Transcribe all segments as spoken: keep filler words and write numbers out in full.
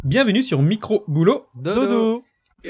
Bienvenue sur Micro Boulot Dodo.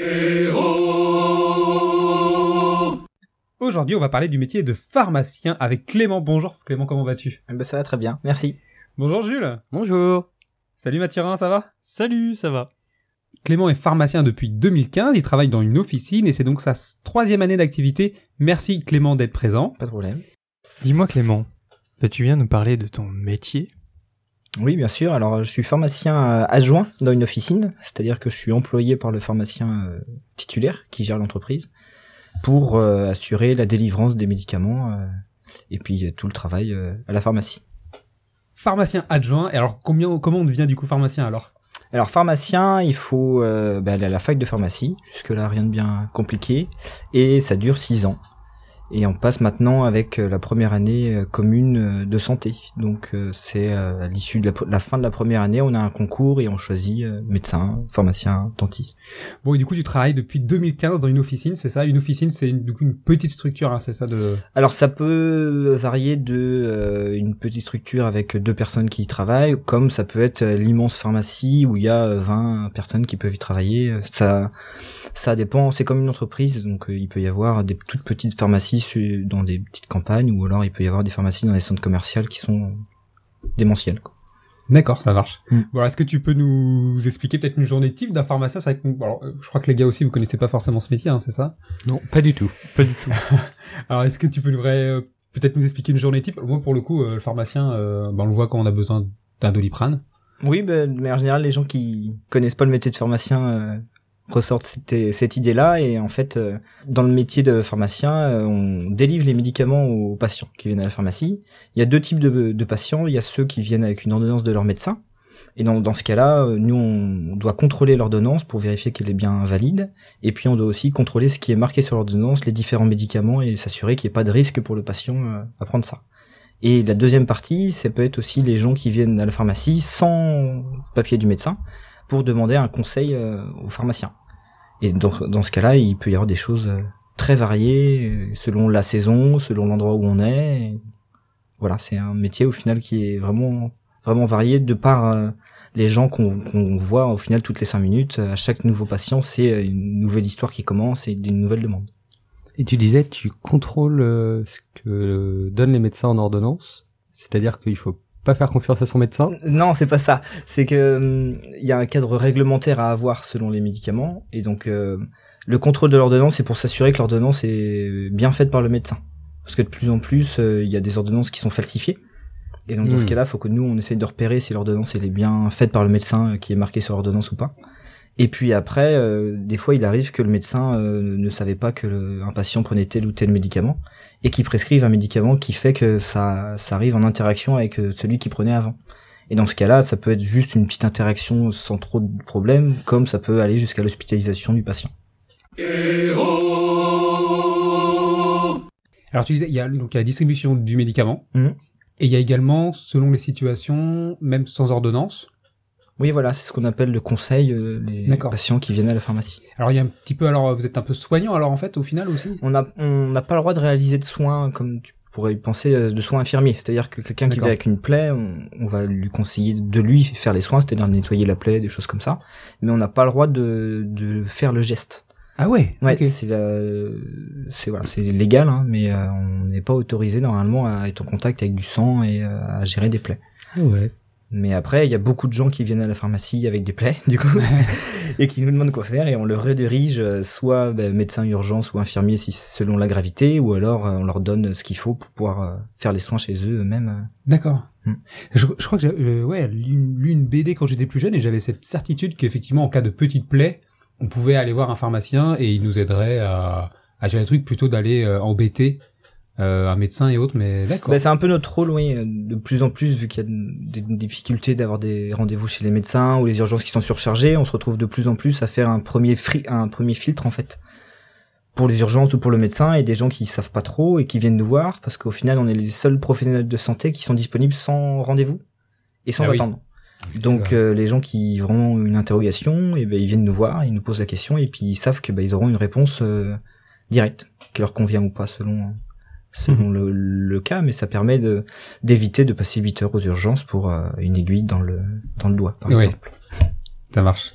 Aujourd'hui, on va parler du métier de pharmacien avec Clément. Bonjour Clément, comment vas-tu ? Eh ben, ça va très bien, merci. Bonjour Jules. Bonjour. Salut Mathurin, ça va ? Salut, ça va. Clément est pharmacien depuis deux mille quinze, il travaille dans une officine et c'est donc sa troisième année d'activité. Merci Clément d'être présent. Pas de problème. Dis-moi Clément, tu viens nous parler de ton métier ? Oui, bien sûr. Alors, je suis pharmacien adjoint dans une officine, c'est-à-dire que je suis employé par le pharmacien euh, titulaire qui gère l'entreprise pour euh, assurer la délivrance des médicaments euh, et puis euh, tout le travail euh, à la pharmacie. Pharmacien adjoint, et alors combien, comment on devient du coup pharmacien alors ? Alors, pharmacien, il faut euh, bah, aller à la fac de pharmacie, jusque-là rien de bien compliqué, et ça dure six ans. Et on passe maintenant avec la première année commune de santé. Donc euh, c'est euh, à l'issue de la, la fin de la première année, on a un concours et on choisit euh, médecin, pharmacien, dentiste. Bon, et du coup, tu travailles depuis deux mille quinze dans une officine, c'est ça ? Une officine, c'est une, du coup une petite structure, hein, c'est ça de... Alors ça peut varier de euh, une petite structure avec deux personnes qui y travaillent, comme ça peut être l'immense pharmacie où il y a vingt personnes qui peuvent y travailler. Ça, ça dépend, c'est comme une entreprise, donc euh, il peut y avoir des toutes petites pharmacies dans des petites campagnes, ou alors il peut y avoir des pharmacies dans des centres commerciaux qui sont démentielles, quoi. D'accord, ça marche. Mm. Bon, alors, est-ce que tu peux nous expliquer peut-être une journée type d'un pharmacien ? C'est vrai que, bon, alors, je crois que les gars aussi, vous connaissez pas forcément ce métier, hein, c'est ça ? Non, pas du tout. Pas du tout. Alors, est-ce que tu peux nous, euh, peut-être nous expliquer une journée type ? Moi, pour le coup, euh, le pharmacien, euh, ben, on le voit quand on a besoin d'un Doliprane. Oui, ben, mais en général, les gens qui connaissent pas le métier de pharmacien euh, ressortent cette, cette idée-là, et en fait, euh, dans le métier de pharmacien, euh, on délivre les médicaments aux patients qui viennent à la pharmacie. Il y a deux types de, de patients. Il y a ceux qui viennent avec une ordonnance de leur médecin, et dans, dans ce cas-là, euh, nous, on doit contrôler l'ordonnance pour vérifier qu'elle est bien valide, et puis on doit aussi contrôler ce qui est marqué sur l'ordonnance, les différents médicaments, et s'assurer qu'il n'y ait pas de risque pour le patient euh, à prendre ça. Et la deuxième partie, ça peut être aussi les gens qui viennent à la pharmacie sans papier du médecin pour demander un conseil euh, au pharmacien. Et donc, dans ce cas-là, il peut y avoir des choses euh, très variées selon la saison, selon l'endroit où on est. Et voilà, c'est un métier au final qui est vraiment vraiment varié de par euh, les gens qu'on, qu'on voit au final toutes les cinq minutes. À chaque nouveau patient, c'est une nouvelle histoire qui commence et une nouvelle demande. Et tu disais, tu contrôles euh, ce que euh, donnent les médecins en ordonnance, c'est-à-dire qu'il faut pas faire confiance à son médecin ? Non, c'est pas ça. C'est que il euh, y a un cadre réglementaire à avoir selon les médicaments, et donc euh, le contrôle de l'ordonnance, c'est pour s'assurer que l'ordonnance est bien faite par le médecin. Parce que de plus en plus, il euh, y a des ordonnances qui sont falsifiées, et donc dans mmh. ce cas-là, il faut que nous on essaye de repérer si l'ordonnance elle est bien faite par le médecin euh, qui est marqué sur l'ordonnance ou pas. Et puis après, euh, des fois, il arrive que le médecin euh, ne savait pas que le, un patient prenait tel ou tel médicament, et qu'il prescrive un médicament qui fait que ça, ça arrive en interaction avec celui qui prenait avant. Et dans ce cas-là, ça peut être juste une petite interaction sans trop de problèmes, comme ça peut aller jusqu'à l'hospitalisation du patient. Alors tu disais, il y a donc il y a la distribution du médicament, mmh. et il y a également, selon les situations, même sans ordonnance. Oui, voilà, c'est ce qu'on appelle le conseil, euh, les D'accord. patients qui viennent à la pharmacie. Alors, il y a un petit peu, alors, vous êtes un peu soignant, alors, en fait, au final, aussi ? On a, on n'a pas le droit de réaliser de soins, comme tu pourrais y penser, de soins infirmiers. C'est-à-dire que quelqu'un D'accord. qui vient avec une plaie, on, on va lui conseiller de lui faire les soins, c'est-à-dire de nettoyer la plaie, des choses comme ça. Mais on n'a pas le droit de, de faire le geste. Ah ouais? Ouais, okay. c'est la, c'est voilà, c'est légal, hein, mais euh, on n'est pas autorisé, normalement, à être en contact avec du sang et euh, à gérer des plaies. Ah ouais. Mais après, il y a beaucoup de gens qui viennent à la pharmacie avec des plaies, du coup, et qui nous demandent quoi faire, et on leur redirige soit bah, médecin urgence ou infirmier si selon la gravité, ou alors euh, on leur donne ce qu'il faut pour pouvoir euh, faire les soins chez eux eux-mêmes. D'accord. Hmm. Je, je crois que j'ai euh, ouais, lu une B D quand j'étais plus jeune, et j'avais cette certitude qu'effectivement, en cas de petite plaie, on pouvait aller voir un pharmacien et il nous aiderait à, à gérer le truc plutôt d'aller euh, embêter Euh, un médecin et autres, mais d'accord. Bah, c'est un peu notre rôle, oui, de plus en plus, vu qu'il y a des difficultés d'avoir des rendez-vous chez les médecins ou les urgences qui sont surchargées, on se retrouve de plus en plus à faire un premier fri- un premier filtre, en fait, pour les urgences ou pour le médecin, et des gens qui savent pas trop et qui viennent nous voir, parce qu'au final, on est les seuls professionnels de santé qui sont disponibles sans rendez-vous et sans ah attendre. Oui. Donc, euh, les gens qui ont vraiment une interrogation, et ben, ils viennent nous voir, ils nous posent la question, et puis ils savent que ben, ils auront une réponse euh, directe, qui leur convient ou pas, selon... selon mmh. le, le cas, mais ça permet de d'éviter de passer huit heures aux urgences pour euh, une aiguille dans le dans le doigt, par oui. exemple. Ça marche.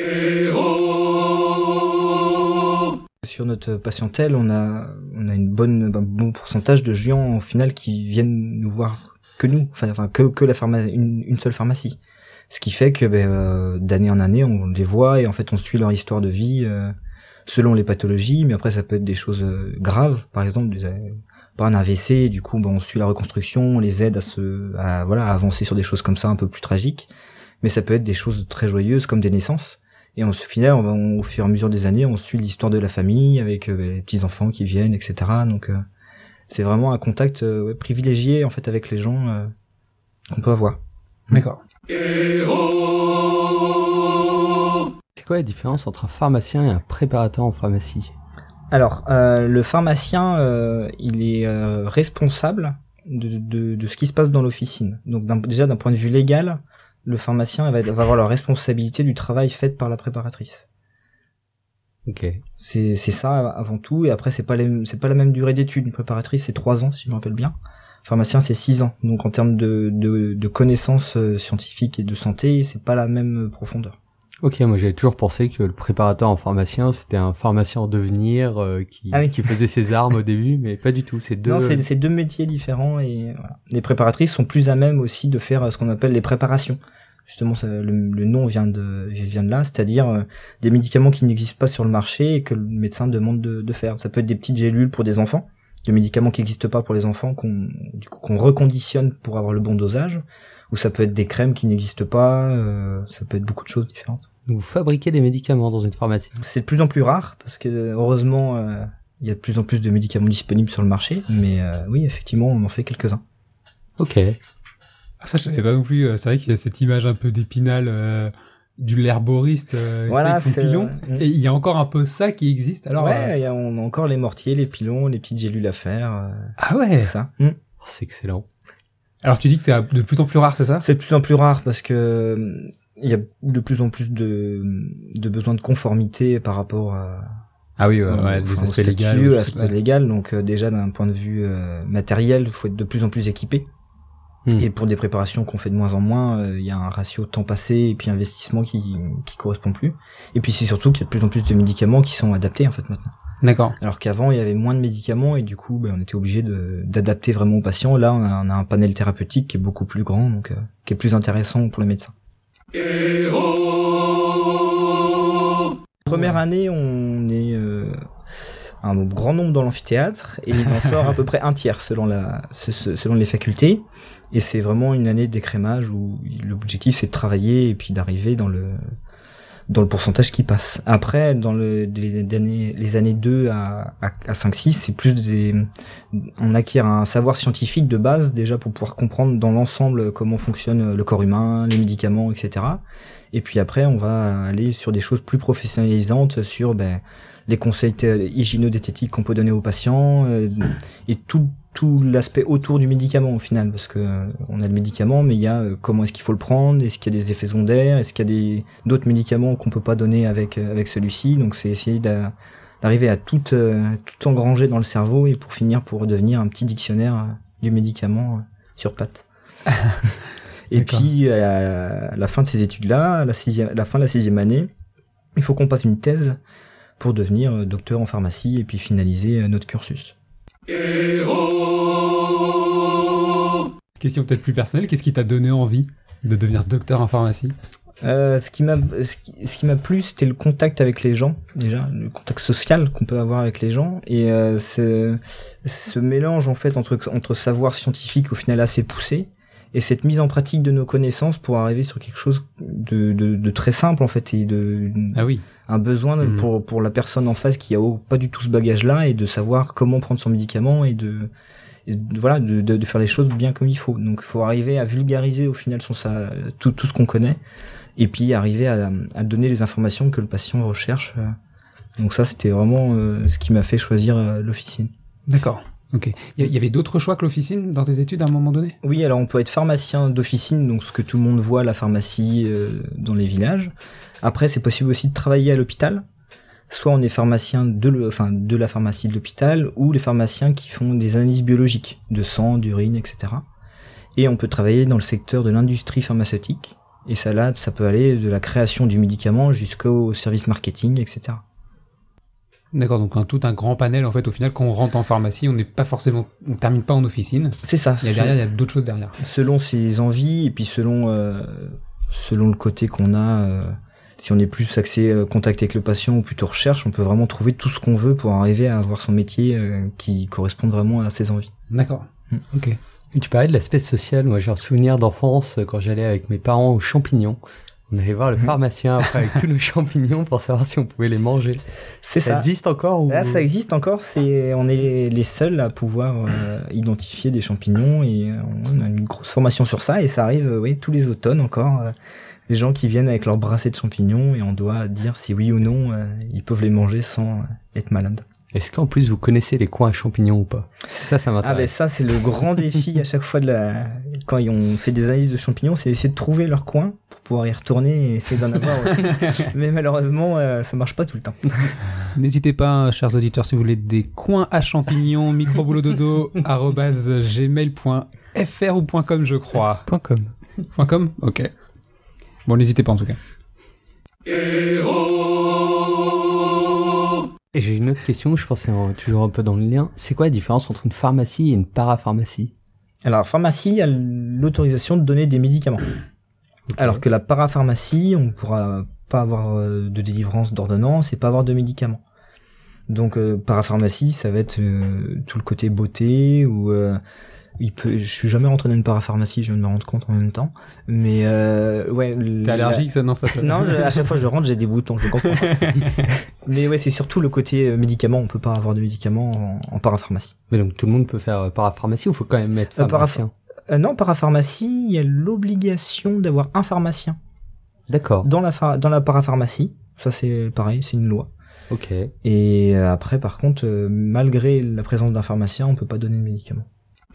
Sur notre patientèle, on a, on a une bonne, un bon pourcentage de gens, au final, qui viennent nous voir que nous, enfin, enfin que, que la pharma, une, une seule pharmacie. Ce qui fait que, ben, euh, d'année en année, on les voit et en fait, on suit leur histoire de vie, euh, selon les pathologies, mais après, ça peut être des choses euh, graves, par exemple, des, par un A V C, du coup, ben, on suit la reconstruction, on les aide à se, à, voilà, à avancer sur des choses comme ça, un peu plus tragiques. Mais ça peut être des choses très joyeuses, comme des naissances. Et on se finit, on va, on, au fur et à mesure des années, on suit l'histoire de la famille avec euh, les petits enfants qui viennent, et cetera. Donc euh, c'est vraiment un contact euh, ouais, privilégié en fait avec les gens euh, qu'on peut avoir. D'accord. C'est quoi la différence entre un pharmacien et un préparateur en pharmacie? Alors euh, le pharmacien, euh, il est euh, responsable de, de, de ce qui se passe dans l'officine. Donc d'un, déjà d'un point de vue légal, le pharmacien va, va avoir la responsabilité du travail fait par la préparatrice. Ok. C'est, c'est ça avant tout, et après c'est pas les, c'est pas la même durée d'études. Une préparatrice c'est trois ans si je me rappelle bien. Pharmacien c'est six ans. Donc en termes de, de, de connaissances scientifiques et de santé, c'est pas la même profondeur. Ok, moi j'avais toujours pensé que le préparateur en pharmacien c'était un pharmacien en devenir euh, qui, ah oui. qui faisait ses armes au début, mais pas du tout. C'est deux. Non, c'est, c'est deux métiers différents et voilà. Les préparatrices sont plus à même aussi de faire ce qu'on appelle les préparations. Justement, ça, le, le nom vient de vient de là, c'est-à-dire euh, des médicaments qui n'existent pas sur le marché et que le médecin demande de, de faire. Ça peut être des petites gélules pour des enfants, des médicaments qui n'existent pas pour les enfants qu'on du coup qu'on reconditionne pour avoir le bon dosage, ou ça peut être des crèmes qui n'existent pas. Euh, ça peut être beaucoup de choses différentes. Vous fabriquez des médicaments dans une pharmacie? C'est de plus en plus rare parce que heureusement euh, il y a de plus en plus de médicaments disponibles sur le marché, mais euh, oui effectivement on en fait quelques-uns. Ok. Ah, ça je savais pas non plus. C'est vrai qu'il y a cette image un peu d'Épinal euh, du l'herboriste euh, voilà, avec son c'est, pilon. euh, Et il y a encore un peu ça qui existe. Alors ouais, euh... y a, on a encore les mortiers, les pilons, les petites gélules à faire. Euh, ah ouais. tout ça. Mm. Oh, c'est excellent. Alors tu dis que c'est de plus en plus rare, c'est ça? C'est de plus en plus rare parce que il y a de plus en plus de, de besoins de conformité par rapport à ah oui, ouais, euh, ouais, enfin, les au aspects statut, légaux, l'aspect ouais. légal. Donc euh, déjà d'un point de vue euh, matériel, il faut être de plus en plus équipé. Hmm. Et pour des préparations qu'on fait de moins en moins, il euh, y a un ratio temps passé et puis investissement qui qui correspond plus. Et puis c'est surtout qu'il y a de plus en plus de médicaments qui sont adaptés en fait maintenant. D'accord. Alors qu'avant il y avait moins de médicaments et du coup ben, on était obligé de d'adapter vraiment aux patients. Là on a, on a un panel thérapeutique qui est beaucoup plus grand, donc euh, qui est plus intéressant pour les médecins. Première année on est euh, un grand nombre dans l'amphithéâtre et il en sort à peu près un tiers selon la selon les facultés. Et c'est vraiment une année d'écrémage où l'objectif c'est de travailler et puis d'arriver dans le dans le pourcentage qui passe. Après, dans le, les, années, les années deux à, à, à cinq six, c'est plus des, on acquiert un savoir scientifique de base déjà pour pouvoir comprendre dans l'ensemble comment fonctionne le corps humain, les médicaments, et cetera. Et puis après, on va aller sur des choses plus professionnalisantes, sur ben, les conseils hygiéno-diététiques qu'on peut donner aux patients euh, et tout tout l'aspect autour du médicament au final, parce que euh, on a le médicament, mais il y a euh, comment est-ce qu'il faut le prendre, est-ce qu'il y a des effets secondaires, est-ce qu'il y a des d'autres médicaments qu'on peut pas donner avec euh, avec celui-ci. Donc c'est essayer d'a, d'arriver à tout euh, tout engranger dans le cerveau et pour finir pour devenir un petit dictionnaire euh, du médicament euh, sur pattes. Et D'accord. puis à la, à la fin de ces études-là, à la, sixième, à la fin de la sixième année, il faut qu'on passe une thèse pour devenir euh, docteur en pharmacie et puis finaliser euh, notre cursus. Question peut-être plus personnelle, qu'est-ce qui t'a donné envie de devenir docteur en pharmacie? Euh, ce qui m'a, ce qui, ce qui m'a plu, c'était le contact avec les gens, déjà, le contact social qu'on peut avoir avec les gens, et euh, ce, ce mélange en fait entre entre savoir scientifique au final assez poussé et cette mise en pratique de nos connaissances pour arriver sur quelque chose de de, de très simple en fait et de Ah oui. un besoin de, Mmh. pour pour la personne en face qui a pas du tout ce bagage-là et de savoir comment prendre son médicament et de Et de, voilà, de, de, de faire les choses bien comme il faut. Donc, il faut arriver à vulgariser au final son, sa, tout, tout ce qu'on connaît, et puis arriver à, à donner les informations que le patient recherche. Donc ça, c'était vraiment euh, ce qui m'a fait choisir euh, l'officine. D'accord. Ok. Il y avait d'autres choix que l'officine dans tes études à un moment donné? Oui, alors on peut être pharmacien d'officine, donc ce que tout le monde voit, la pharmacie euh, dans les villages. Après, c'est possible aussi de travailler à l'hôpital. Soit on est pharmacien de, le, enfin, de la pharmacie de l'hôpital, ou les pharmaciens qui font des analyses biologiques, de sang, d'urine, et cetera. Et on peut travailler dans le secteur de l'industrie pharmaceutique, Et ça, là, ça peut aller de la création du médicament jusqu'au service marketing, et cetera. D'accord, donc un, tout un grand panel, en fait, au final, quand on rentre en pharmacie, on n'est pas forcément, on termine pas en officine. C'est ça. Et derrière, il y a d'autres choses derrière. Selon ses envies, et puis selon, euh, selon le côté qu'on a, euh, si on est plus axé euh, contact avec le patient ou plutôt recherche, on peut vraiment trouver tout ce qu'on veut pour arriver à avoir son métier euh, qui corresponde vraiment à ses envies. D'accord, Mm. ok. Et tu parlais de l'aspect social. Moi, j'ai un souvenir d'enfance euh, quand j'allais avec mes parents aux champignons. On allait voir le pharmacien après avec tous nos champignons pour savoir si on pouvait les manger. C'est Ça ça. existe encore ou... Là, ça existe encore. C'est, on est les seuls à pouvoir euh, identifier des champignons et euh, on a une grosse formation sur ça et ça arrive, euh, oui, tous les automnes encore. Euh, les gens qui viennent avec leur brassée de champignons et on doit dire si oui ou non euh, ils peuvent les manger sans euh, être malades. Est-ce qu'en plus vous connaissez les coins à champignons ou pas? C'est ça, ça Ah ben m'intéresse. ça c'est le grand défi à chaque fois de la quand on fait des analyses de champignons, c'est essayer de trouver leur coin pour pouvoir y retourner et essayer d'en avoir aussi. Mais malheureusement euh, ça marche pas tout le temps. N'hésitez pas, chers auditeurs, si vous voulez des coins à champignons, microboulododo arobase gmail point f r ou .com, je crois. Point .com. .com, ok. Bon, n'hésitez pas en tout cas. Et j'ai une autre question, je pense que c'est toujours un peu dans le lien. C'est quoi la différence entre une pharmacie et une parapharmacie? Alors la pharmacie a l'autorisation de donner des médicaments. Okay. Alors que la parapharmacie, on ne pourra pas avoir euh, de délivrance d'ordonnance et pas avoir de médicaments. Donc euh, parapharmacie, ça va être euh, tout le côté beauté ou euh, il peut. Je suis jamais rentré dans une parapharmacie, je viens de me rendre compte en même temps. Mais euh, ouais. T'es allergique, ça? Non, ça. Te... Non, je, à chaque fois je rentre, j'ai des boutons, je comprends. Mais ouais, c'est surtout le côté euh, médicaments. On peut pas avoir de médicaments en, en parapharmacie. Mais donc tout le monde peut faire euh, parapharmacie ou faut quand même être pharmacien? euh, paraph- euh, Non, parapharmacie, il y a l'obligation d'avoir un pharmacien. D'accord. Dans la pha- dans la parapharmacie, ça c'est pareil, c'est une loi. Ok. Et euh, après, par contre, euh, malgré la présence d'un pharmacien, on peut pas donner de médicaments.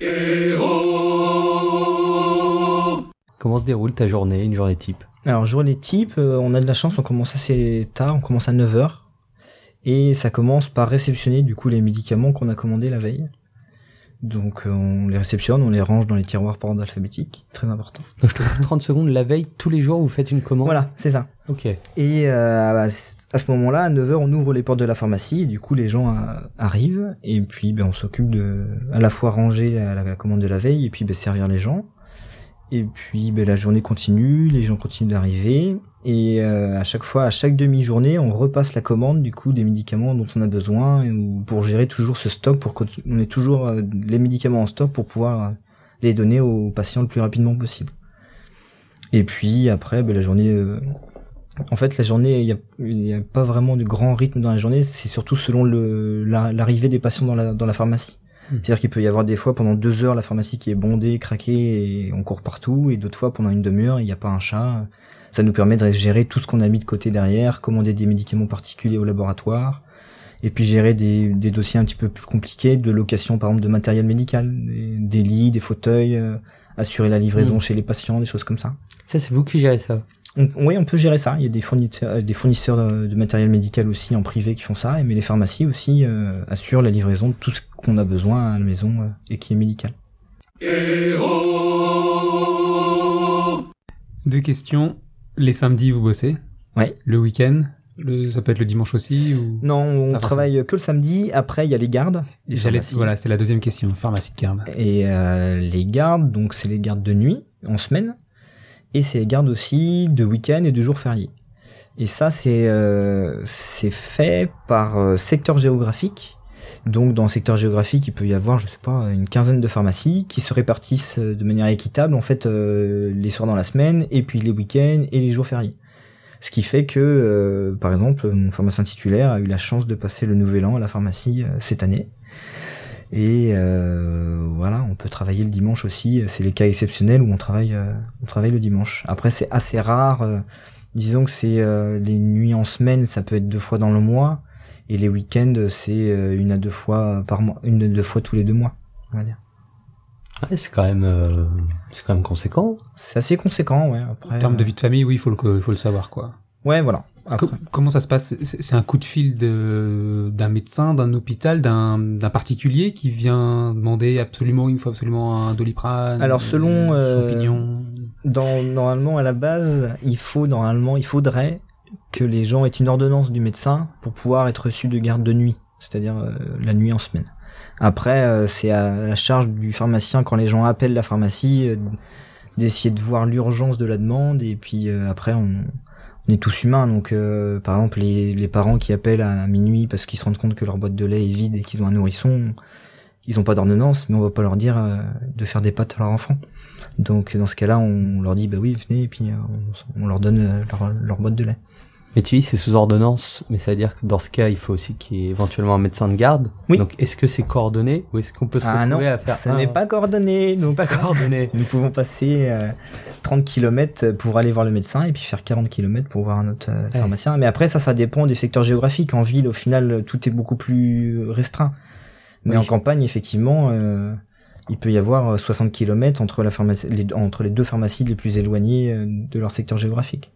Comment se déroule ta journée, une journée type? Alors, journée type, euh, on a de la chance, on commence assez tard, on commence à neuf heures. Et ça commence par réceptionner du coup les médicaments qu'on a commandés la veille. Donc euh, on les réceptionne, on les range dans les tiroirs par ordre alphabétique, très important. Donc je te coupe trente secondes, la veille, tous les jours vous faites une commande? Voilà, c'est ça. Ok. Et euh, à ce moment-là, à neuf heures, on ouvre les portes de la pharmacie, et du coup les gens euh, arrivent, et puis ben, on s'occupe de à la fois ranger la, la, la commande de la veille, et puis ben, servir les gens. Et puis ben, la journée continue, les gens continuent d'arriver, et euh, à chaque fois, à chaque demi-journée, on repasse la commande du coup des médicaments dont on a besoin, et, ou pour gérer toujours ce stock, pour qu'on ait toujours euh, les médicaments en stock pour pouvoir euh, les donner aux patients le plus rapidement possible. Et puis après, ben, la journée... Euh, En fait, la journée, il y a, il y a pas vraiment de grand rythme dans la journée. C'est surtout selon le, la, l'arrivée des patients dans la, dans la pharmacie. Mmh. C'est-à-dire qu'il peut y avoir des fois pendant deux heures la pharmacie qui est bondée, craquée et on court partout. Et d'autres fois pendant une demi-heure, il n'y a pas un chat. Ça nous permet de gérer tout ce qu'on a mis de côté derrière, commander des médicaments particuliers au laboratoire. Et puis gérer des, des dossiers un petit peu plus compliqués de location, par exemple, de matériel médical, des, des lits, des fauteuils, euh, assurer la livraison mmh. chez les patients, des choses comme ça. Ça, c'est vous qui gérez ça? On, oui, on peut gérer ça. Il y a des fournisseurs, des fournisseurs de, de matériel médical aussi en privé qui font ça, mais les pharmacies aussi euh, assurent la livraison de tout ce qu'on a besoin à la maison euh, et qui est médical. Deux questions. Les samedis, vous bossez? Ouais. Le week-end? Le, ça peut être le dimanche aussi ou... Non, on ah, travaille que le samedi. Après, il y a les gardes. Les J'allais, voilà, c'est la deuxième question. Pharmacie de garde. Et euh, les gardes, donc c'est les gardes de nuit en semaine. Et c'est les gardes aussi de week-end et de jours fériés. Et ça, c'est euh, c'est fait par euh, secteur géographique. Donc, dans le secteur géographique, il peut y avoir, je sais pas, une quinzaine de pharmacies qui se répartissent de manière équitable, en fait, euh, les soirs dans la semaine, et puis les week-ends et les jours fériés. Ce qui fait que, euh, par exemple, mon pharmacien titulaire a eu la chance de passer le nouvel an à la pharmacie euh, cette année. Et euh, voilà, on peut travailler le dimanche aussi. C'est les cas exceptionnels où on travaille, euh, on travaille le dimanche. Après, c'est assez rare. Euh, disons que c'est euh, les nuits en semaine, ça peut être deux fois dans le mois, et les week-ends, c'est euh, une à deux fois par mois, une à deux fois tous les deux mois, on va dire. Ouais, c'est quand même, euh, c'est quand même conséquent. C'est assez conséquent, ouais. Après, en termes de euh... vie de famille, oui, il faut le, faut le savoir, quoi. Ouais, voilà. Après. Comment ça se passe? C'est un coup de fil de, d'un médecin, d'un hôpital, d'un, d'un particulier qui vient demander absolument, il faut absolument un Doliprane, alors selon, euh, champignon. dans, normalement, à la base, il faut, normalement, il faudrait que les gens aient une ordonnance du médecin pour pouvoir être reçus de garde de nuit, c'est-à-dire euh, la nuit en semaine. Après, euh, c'est à la charge du pharmacien, quand les gens appellent la pharmacie, euh, d'essayer de voir l'urgence de la demande, et puis euh, après, on, on est tous humains, donc euh, par exemple, les, les parents qui appellent à minuit parce qu'ils se rendent compte que leur boîte de lait est vide et qu'ils ont un nourrisson, ils ont pas d'ordonnance, mais on va pas leur dire euh, de faire des pâtes à leur enfant. Donc dans ce cas-là, on leur dit bah oui, venez, et puis euh, on, on leur donne euh, leur, leur boîte de lait. Mais tu dis c'est sous ordonnance, mais ça veut dire que dans ce cas, il faut aussi qu'il y ait éventuellement un médecin de garde. Oui. Donc est-ce que c'est coordonné ou est-ce qu'on peut se Ah retrouver non, à faire ça un- n'est pas coordonné. C'est Donc pas coordonné. nous pouvons passer euh, trente kilomètres pour aller voir le médecin et puis faire quarante kilomètres pour voir un autre euh, Ouais. pharmacien. Mais après, ça, ça dépend des secteurs géographiques. En ville, au final, tout est beaucoup plus restreint. Mais Oui. en campagne, effectivement, euh, il peut y avoir soixante kilomètres entre, la pharmacie, les, entre les deux pharmacies les plus éloignées euh, de leur secteur géographique.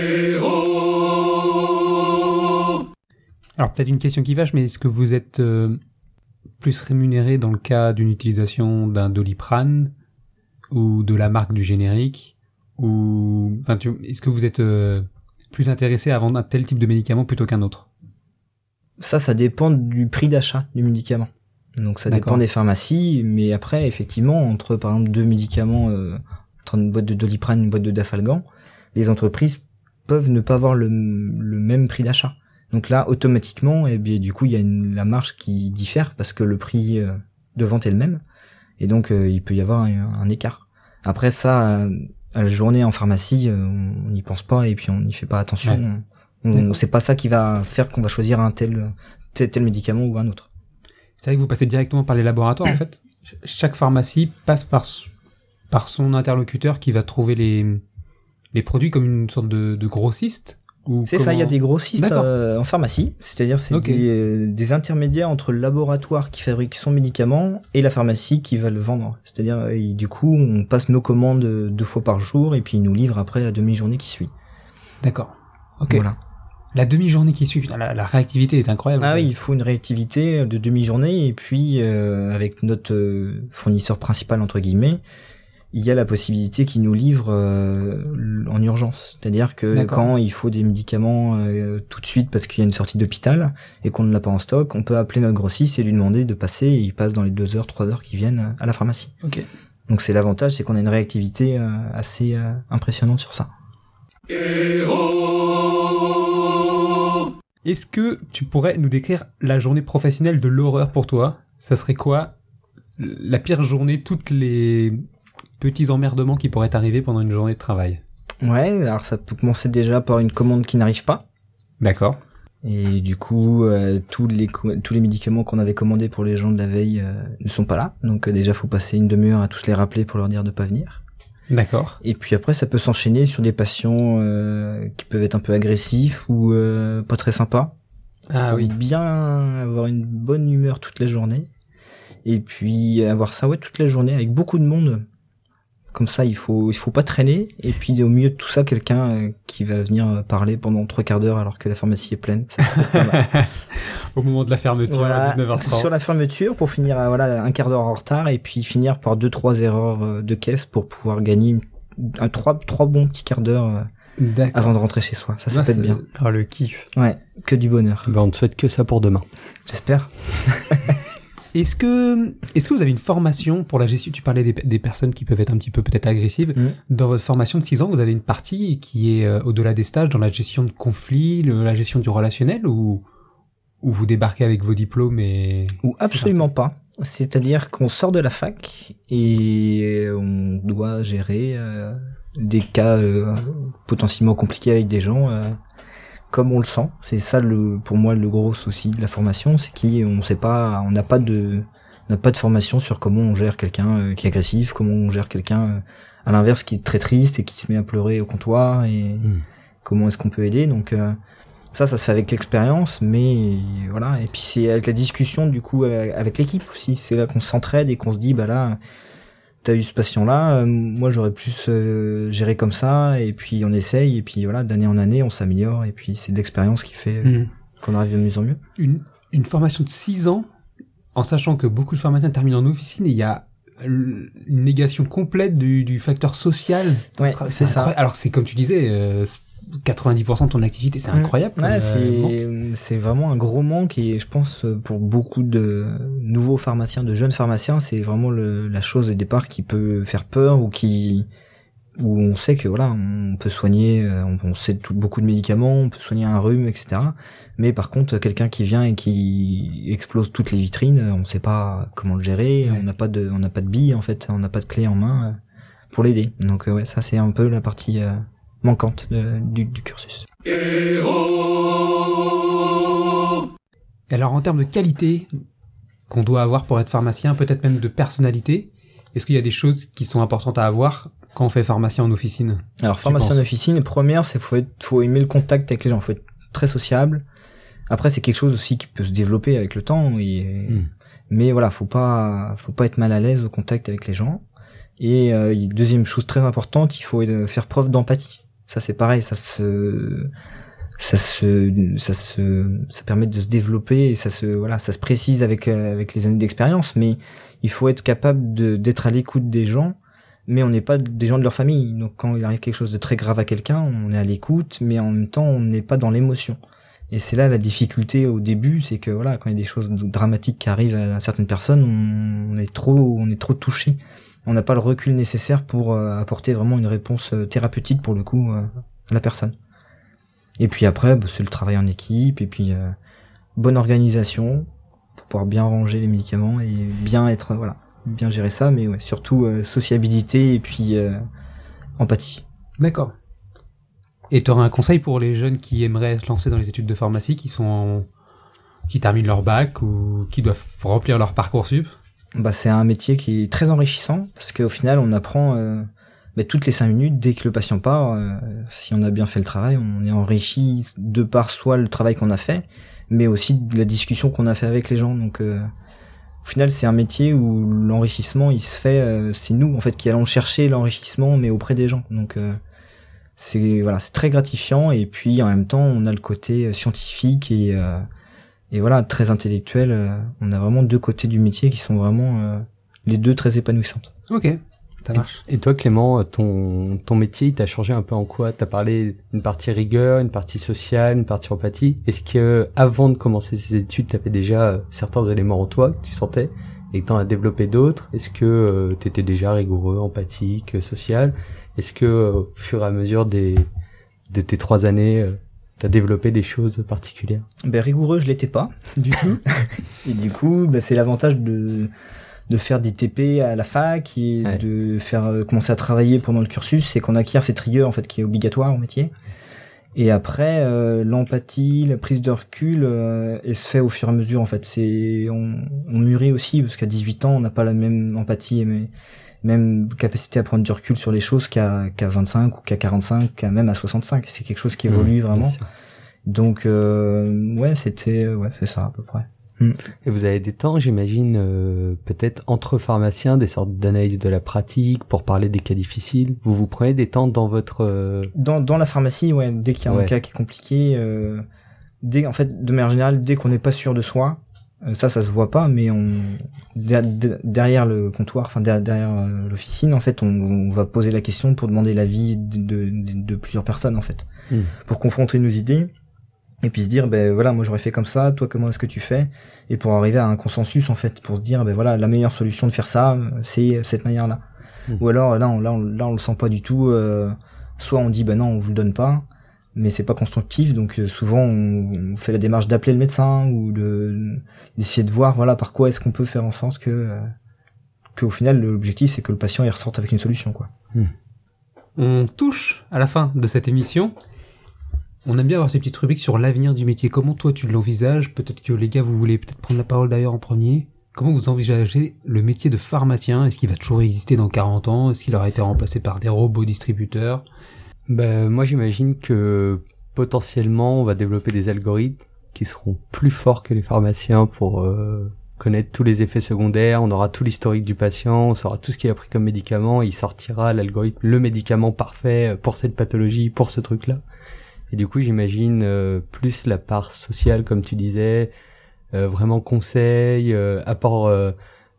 Alors peut-être une question qui fâche, mais est-ce que vous êtes euh, plus rémunéré dans le cas d'une utilisation d'un Doliprane ou de la marque du générique, ou enfin, tu- est-ce que vous êtes euh, plus intéressé à vendre un tel type de médicament plutôt qu'un autre? Ça, ça dépend du prix d'achat du médicament. Donc ça D'accord. dépend des pharmacies, mais après, effectivement, entre par exemple deux médicaments, euh, entre une boîte de Doliprane et une boîte de Dafalgan, les entreprises peuvent ne pas avoir le, le même prix d'achat. Donc là, automatiquement, eh bien, du coup, il y a une, la marge qui diffère parce que le prix euh, de vente est le même, et donc euh, il peut y avoir un, un écart. Après ça, euh, à la journée en pharmacie, euh, on n'y pense pas et puis on n'y fait pas attention. Ouais. On, on, D'accord. c'est pas ça qui va faire qu'on va choisir un tel, tel, tel médicament ou un autre. C'est vrai que vous passez directement par les laboratoires en fait. Ch- Chaque pharmacie passe par s- par son interlocuteur qui va trouver les les produits comme une sorte de, de grossiste. Ou C'est ça, il y a comment- des grossistes D'accord. euh, en pharmacie, c'est-à-dire c'est Ok. des, euh, des intermédiaires entre le laboratoire qui fabrique son médicament et la pharmacie qui va le vendre. C'est-à-dire, euh, et du coup, on passe nos commandes euh, deux fois par jour et puis ils nous livrent après la demi-journée qui suit. D'accord. Ok. Voilà. La demi-journée qui suit, putain, la, la réactivité est incroyable. Ah oui, il faut une réactivité de demi-journée et puis euh, avec notre euh, fournisseur principal entre guillemets, il y a la possibilité qu'ils nous livrent euh, en urgence. C'est-à-dire que D'accord. quand il faut des médicaments euh, tout de suite parce qu'il y a une sortie d'hôpital et qu'on ne l'a pas en stock, on peut appeler notre grossiste et lui demander de passer et il passe dans les deux heures, trois heures qui viennent à la pharmacie. Ok. Donc c'est l'avantage, c'est qu'on a une réactivité euh, assez euh, impressionnante sur ça. Est-ce que tu pourrais nous décrire la journée professionnelle de l'horreur pour toi? Ça serait quoi la pire journée, toutes les petits emmerdements qui pourraient arriver pendant une journée de travail? Ouais, alors ça peut commencer déjà par une commande qui n'arrive pas. D'accord. Et du coup, euh, tous les co- tous les médicaments qu'on avait commandés pour les gens de la veille euh, ne sont pas là. Donc euh, déjà, faut passer une demi-heure à tous les rappeler pour leur dire de pas venir. D'accord. Et puis après, ça peut s'enchaîner sur des patients euh, qui peuvent être un peu agressifs ou euh, pas très sympas. Ah Pour oui. bien avoir une bonne humeur toute la journée. Et puis avoir ça ouais toute la journée avec beaucoup de monde. Comme ça, il faut il faut pas traîner. Et puis au milieu de tout ça, quelqu'un euh, qui va venir euh, parler pendant trois quarts d'heure alors que la pharmacie est pleine. Ça peut être pas mal. Au moment de la fermeture Voilà, à dix-neuf heures trente. sur la fermeture pour finir à voilà un quart d'heure en retard et puis finir par deux trois erreurs euh, de caisse pour pouvoir gagner une- un trois trois bons petits quarts d'heure euh, D'accord. avant de rentrer chez soi. Ça, ça Ah, peut être c'est- bien. Ah, le kiff. Ouais, que du bonheur. Ben, on ne souhaite que ça pour demain. J'espère. Est-ce que, est-ce que vous avez une formation pour la gestion? Tu parlais des, des personnes qui peuvent être un petit peu peut-être agressives. Mhm. Dans votre formation de six ans, vous avez une partie qui est euh, au-delà des stages dans la gestion de conflits, le- la gestion du relationnel, ou, ou vous débarquez avec vos diplômes et... Ou absolument pas. C'est-à-dire qu'on sort de la fac et on doit gérer euh, des cas euh, potentiellement compliqués avec des gens euh, comme on le sent. C'est ça le, pour moi le gros souci de la formation, c'est qu'on sait pas, on n'a pas de, on n'a pas de formation sur comment on gère quelqu'un euh, qui est agressif, comment on gère quelqu'un euh, à l'inverse qui est très triste et qui se met à pleurer au comptoir et Mm. comment est-ce qu'on peut aider. Donc euh, ça, ça se fait avec l'expérience, mais voilà. Et puis c'est avec la discussion du coup euh, avec l'équipe aussi. C'est là qu'on s'entraide et qu'on se dit bah là, t'as eu ce patient-là, euh, moi j'aurais plus euh, géré comme ça. Et puis on essaye et puis voilà, d'année en année on s'améliore et puis c'est de l'expérience qui fait euh, Mhm. qu'on arrive de mieux en mieux. Une, une formation de six ans, en sachant que beaucoup de pharmaciens terminent en officine et il y a une négation complète du, du facteur social. Ouais, c'est ça. Alors c'est comme tu disais, euh, quatre-vingt-dix pour cent de ton activité, c'est incroyable. Ouais, comme, c'est, euh, c'est vraiment un gros manque et je pense pour beaucoup de nouveaux pharmaciens, de jeunes pharmaciens, c'est vraiment le, la chose de départ qui peut faire peur ou qui, où on sait que voilà, on peut soigner, on, on sait tout, beaucoup de médicaments, on peut soigner un rhume, et cetera. Mais par contre, quelqu'un qui vient et qui explose toutes les vitrines, on sait pas comment le gérer, ouais. on n'a pas de, on n'a pas de billes en fait, on n'a pas de clé en main pour l'aider. Donc ouais, ça c'est un peu la partie euh, manquante de, du, du cursus. Et alors en termes de qualité qu'on doit avoir pour être pharmacien, peut-être même de personnalité, est-ce qu'il y a des choses qui sont importantes à avoir quand on fait pharmacien en officine? Alors pharmacien en officine, première, c'est faut être, faut aimer le contact avec les gens, faut être très sociable. Après c'est quelque chose aussi qui peut se développer avec le temps, et, mmh. mais voilà, faut pas, faut pas être mal à l'aise au contact avec les gens. Et euh, deuxième chose très importante, il faut faire preuve d'empathie. Ça c'est pareil, ça se, ça se, ça se, ça permet de se développer et ça se, voilà, ça se précise avec euh, avec les années d'expérience. Mais il faut être capable de d'être à l'écoute des gens, mais on n'est pas des gens de leur famille. Donc quand il arrive quelque chose de très grave à quelqu'un, on est à l'écoute, mais en même temps on n'est pas dans l'émotion. Et c'est là la difficulté au début, c'est que voilà, quand il y a des choses dramatiques qui arrivent à certaines personnes, on, on est trop, on est trop touché. On n'a pas le recul nécessaire pour euh, apporter vraiment une réponse euh, thérapeutique pour le coup euh, à la personne. Et puis après, bah, c'est le travail en équipe et puis euh, bonne organisation pour pouvoir bien ranger les médicaments et bien être, voilà, bien gérer ça, mais ouais, surtout euh, sociabilité et puis euh, empathie. D'accord. Et tu aurais un conseil pour les jeunes qui aimeraient se lancer dans les études de pharmacie, qui sont en... qui terminent leur bac ou qui doivent remplir leur Parcoursup? Bah, c'est un métier qui est très enrichissant parce qu'au final, on apprend euh, bah, toutes les cinq minutes, dès que le patient part, euh, si on a bien fait le travail, on est enrichi de par soit le travail qu'on a fait, mais aussi de la discussion qu'on a fait avec les gens. Donc, euh, au final, c'est un métier où l'enrichissement, il se fait, euh, c'est nous en fait qui allons chercher l'enrichissement, mais auprès des gens. Donc, euh, c'est voilà, c'est très gratifiant et puis en même temps, on a le côté scientifique et euh, Et voilà, très intellectuel, euh, on a vraiment deux côtés du métier qui sont vraiment euh, les deux très épanouissantes. Ok, ça marche. Et, et toi Clément, ton, ton métier, il t'a changé un peu en quoi? T'as parlé d'une partie rigueur, une partie sociale, une partie empathie. Est-ce que avant de commencer ces études, t'avais déjà certains éléments en toi que tu sentais et que t'en as développé d'autres? Est-ce que euh, t'étais déjà rigoureux, empathique, social? Est-ce que euh, au fur et à mesure des, de tes trois années... Euh, t'as développé des choses particulières? Ben rigoureux, je l'étais pas du tout. Et du coup, ben, c'est l'avantage de de faire des T P à la fac et ouais. de faire euh, commencer à travailler pendant le cursus, c'est qu'on acquiert cette rigueur en fait qui est obligatoire au métier. Et après, euh, l'empathie, la prise de recul, euh, elle se fait au fur et à mesure en fait. C'est on, on mûrit aussi parce qu'à dix-huit ans, on n'a pas la même empathie et mais, même capacité à prendre du recul sur les choses qu'à, qu'à vingt-cinq ou qu'à quarante-cinq, qu'à même à soixante-cinq. C'est quelque chose qui évolue mmh, vraiment. Donc, euh, ouais, c'était, ouais, c'est ça, à peu près. Mmh. Et vous avez des temps, j'imagine, euh, peut-être entre pharmaciens, des sortes d'analyse de la pratique pour parler des cas difficiles. Vous vous prenez des temps dans votre... Euh... Dans, dans la pharmacie, ouais, dès qu'il y a ouais. un cas qui est compliqué, euh, dès, en fait, de manière générale, dès qu'on n'est pas sûr de soi, ça ça se voit pas, mais on derrière le comptoir, enfin derrière l'officine en fait, on, on va poser la question pour demander l'avis de, de, de plusieurs personnes en fait, mmh. pour confronter nos idées et puis se dire ben voilà, moi j'aurais fait comme ça, toi comment est-ce que tu fais, et pour arriver à un consensus en fait, pour se dire ben voilà, la meilleure solution de faire ça c'est cette manière là, mmh. ou alors là on, là on, là on le sent pas du tout, euh, soit on dit ben non on vous le donne pas, mais c'est pas constructif, donc euh, souvent on, on fait la démarche d'appeler le médecin ou de d'essayer de voir voilà par quoi est-ce qu'on peut faire en sorte que euh, qu'au final l'objectif c'est que le patient il ressorte avec une solution quoi. Mmh. On touche à la fin de cette émission. On aime bien avoir ces petites rubriques sur l'avenir du métier. Comment toi tu l'envisages? Peut-être que les gars vous voulez peut-être prendre la parole d'ailleurs en premier. Comment vous envisagez le métier de pharmacien? Est-ce qu'il va toujours exister dans quarante ans? Est-ce qu'il aura été remplacé par des robots distributeurs? Ben, moi j'imagine que potentiellement on va développer des algorithmes qui seront plus forts que les pharmaciens pour euh, connaître tous les effets secondaires, on aura tout l'historique du patient, on saura tout ce qu'il a pris comme médicament, et il sortira l'algorithme, le médicament parfait pour cette pathologie, pour ce truc-là. Et du coup j'imagine euh, plus la part sociale comme tu disais, euh, vraiment conseil, euh, apport, euh,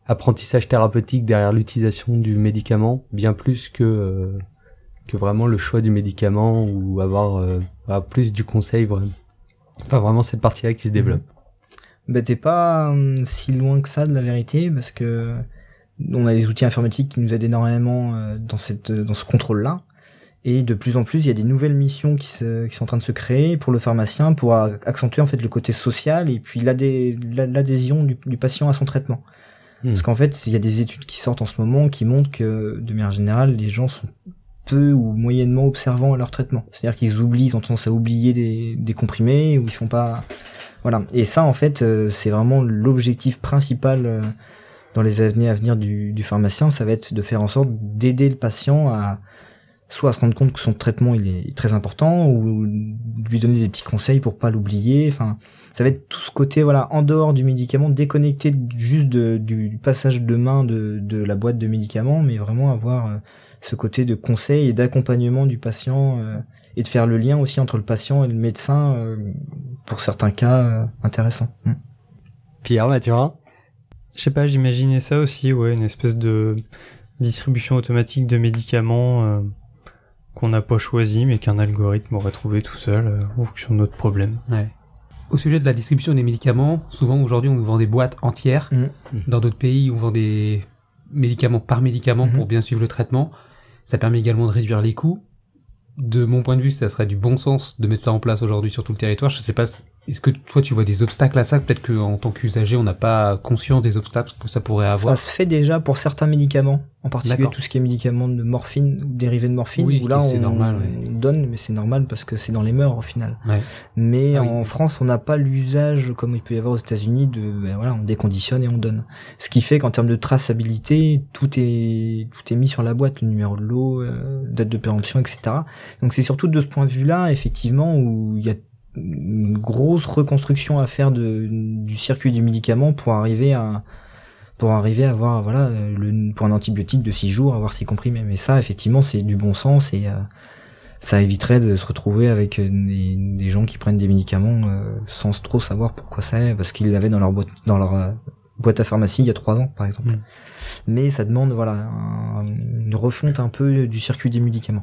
apprentissage thérapeutique derrière l'utilisation du médicament, bien plus que euh, que vraiment le choix du médicament ou avoir, euh, avoir plus du conseil vraiment. Enfin vraiment cette partie-là qui se développe. Bah t'es pas euh, si loin que ça de la vérité, parce que on a des outils informatiques qui nous aident énormément euh, dans cette dans ce contrôle-là. Et de plus en plus, il y a des nouvelles missions qui, se, qui sont en train de se créer pour le pharmacien, pour accentuer en fait le côté social et puis l'adhé, l'adhésion du, du patient à son traitement. Mmh. Parce qu'en fait, il y a des études qui sortent en ce moment qui montrent que, de manière générale, les gens sont peu ou moyennement observants à leur traitement. C'est-à-dire qu'ils oublient, ils ont tendance à oublier des, des comprimés ou ils font pas... Voilà. Et ça, en fait, c'est vraiment l'objectif principal dans les années à venir du, du pharmacien. Ça va être de faire en sorte d'aider le patient à soit à se rendre compte que son traitement il est très important, ou lui donner des petits conseils pour pas l'oublier. Enfin, ça va être tout ce côté voilà en dehors du médicament, déconnecté juste de, du passage de main de, de la boîte de médicaments, mais vraiment avoir euh, ce côté de conseil et d'accompagnement du patient euh, et de faire le lien aussi entre le patient et le médecin euh, pour certains cas euh, intéressants. Mmh. Pierre, Mathurin ? Je sais pas, j'imaginais ça aussi, ouais, une espèce de distribution automatique de médicaments. Euh... qu'on n'a pas choisi, mais qu'un algorithme aurait trouvé tout seul euh, en fonction de notre problème. Ouais. Au sujet de la distribution des médicaments, souvent aujourd'hui on nous vend des boîtes entières. Mmh. Dans d'autres pays, on vend des médicaments par médicament mmh. pour bien suivre le traitement. Ça permet également de réduire les coûts. De mon point de vue, ça serait du bon sens de mettre ça en place aujourd'hui sur tout le territoire. Je sais pas, est-ce que toi tu vois des obstacles à ça ? Peut-être qu'en tant qu'usager, on n'a pas conscience des obstacles que ça pourrait avoir. Ça se fait déjà pour certains médicaments, en particulier D'accord. tout ce qui est médicaments de morphine ou dérivés de morphine, oui, où là c'est on normal, ouais. donne, mais c'est normal parce que c'est dans les mœurs au final. Ouais. Mais ah, en oui. France, on n'a pas l'usage comme il peut y avoir aux États-Unis de, ben voilà, on déconditionne et on donne. Ce qui fait qu'en termes de traçabilité, tout est tout est mis sur la boîte, le numéro de lot, euh, date de péremption, et cetera. Donc c'est surtout de ce point de vue-là, effectivement, où il y a une grosse reconstruction à faire de, du circuit du médicament pour arriver à pour arriver à avoir voilà le, pour un antibiotique de six jours avoir ses comprimés. Mais ça effectivement c'est du bon sens et euh, ça éviterait de se retrouver avec des, des gens qui prennent des médicaments euh, sans trop savoir pourquoi ça est, parce qu'ils l'avaient dans leur boîte dans leur euh, boîte à pharmacie il y a trois ans par exemple. Mmh. Mais ça demande voilà un, une refonte un peu du circuit des médicaments.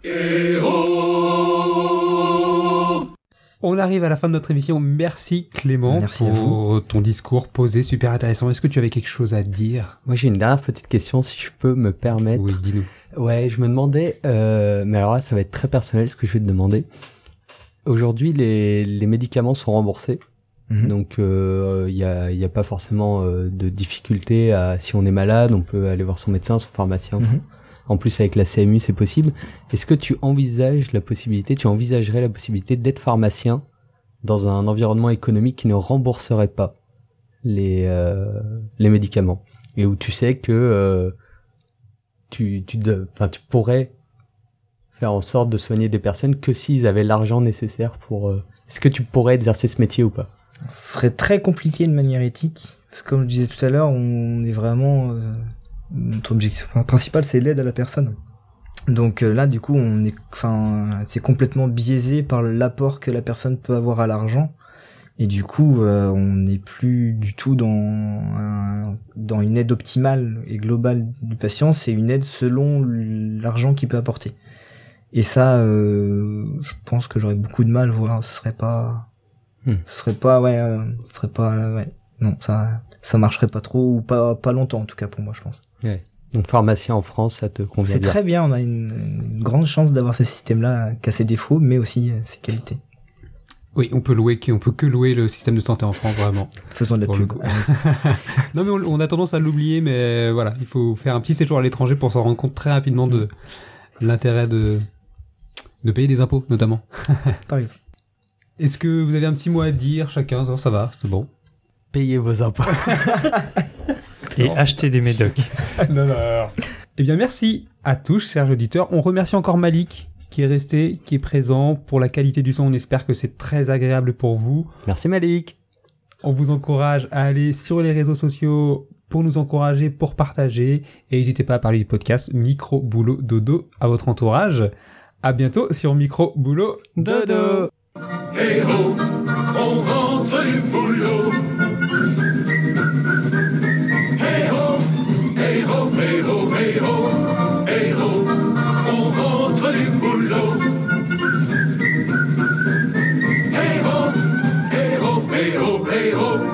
On arrive à la fin de notre émission. Merci Clément Merci pour ton discours posé, super intéressant. Est-ce que tu avais quelque chose à dire ? Moi j'ai une dernière petite question si je peux me permettre. Oui, dis-nous. Ouais, je me demandais, euh, mais alors là ça va être très personnel ce que je vais te demander. Aujourd'hui les, les médicaments sont remboursés, mmh. donc il euh, y, a, y a pas forcément euh, de difficulté à, si on est malade, on peut aller voir son médecin, son pharmacien. Mmh. En plus, avec la C M U, c'est possible. Est-ce que tu envisages la possibilité, tu envisagerais la possibilité d'être pharmacien dans un environnement économique qui ne rembourserait pas les euh, les médicaments et où tu sais que euh, tu tu enfin tu pourrais faire en sorte de soigner des personnes que s'ils avaient l'argent nécessaire pour. Euh... Est-ce que tu pourrais exercer ce métier ou pas ? Ce serait très compliqué de manière éthique, parce que comme je disais tout à l'heure, on est vraiment euh... notre objectif principal, c'est l'aide à la personne. Donc euh, là, du coup, on est, enfin, c'est complètement biaisé par l'apport que la personne peut avoir à l'argent, et du coup, euh, on n'est plus du tout dans un, dans une aide optimale et globale du patient. C'est une aide selon l'argent qu'il peut apporter. Et ça, euh, je pense que j'aurais beaucoup de mal, voir. Ce serait pas, hmm. ce serait pas, ouais, euh, ce serait pas, ouais, non, ça, ça marcherait pas trop ou pas, pas longtemps en tout cas pour moi, je pense. Ouais. Donc pharmacien en France, ça te convient C'est bien. très bien, on a une, une grande chance d'avoir ce système-là qui a ses défauts, mais aussi euh, ses qualités. Oui, on peut louer, on peut que louer le système de santé en France, vraiment. Faisons de la pub. Non, mais on, on a tendance à l'oublier, mais voilà, il faut faire un petit séjour à l'étranger pour s'en rendre compte très rapidement de l'intérêt de, de payer des impôts, notamment. Par exemple. Est-ce que vous avez un petit mot à dire, chacun ? Non, ça va, c'est bon. Payez vos impôts. Et acheter des médocs. Non, non, non. Eh bien, merci à tous, chers auditeurs. On remercie encore Malik, qui est resté, qui est présent pour la qualité du son. On espère que c'est très agréable pour vous. Merci Malik. On vous encourage à aller sur les réseaux sociaux pour nous encourager, pour partager. Et n'hésitez pas à parler du podcast Micro, Boulot, Dodo à votre entourage. À bientôt sur Micro, Boulot, Dodo. Hey ho, on rentre du boulot. Hey ho, frérot.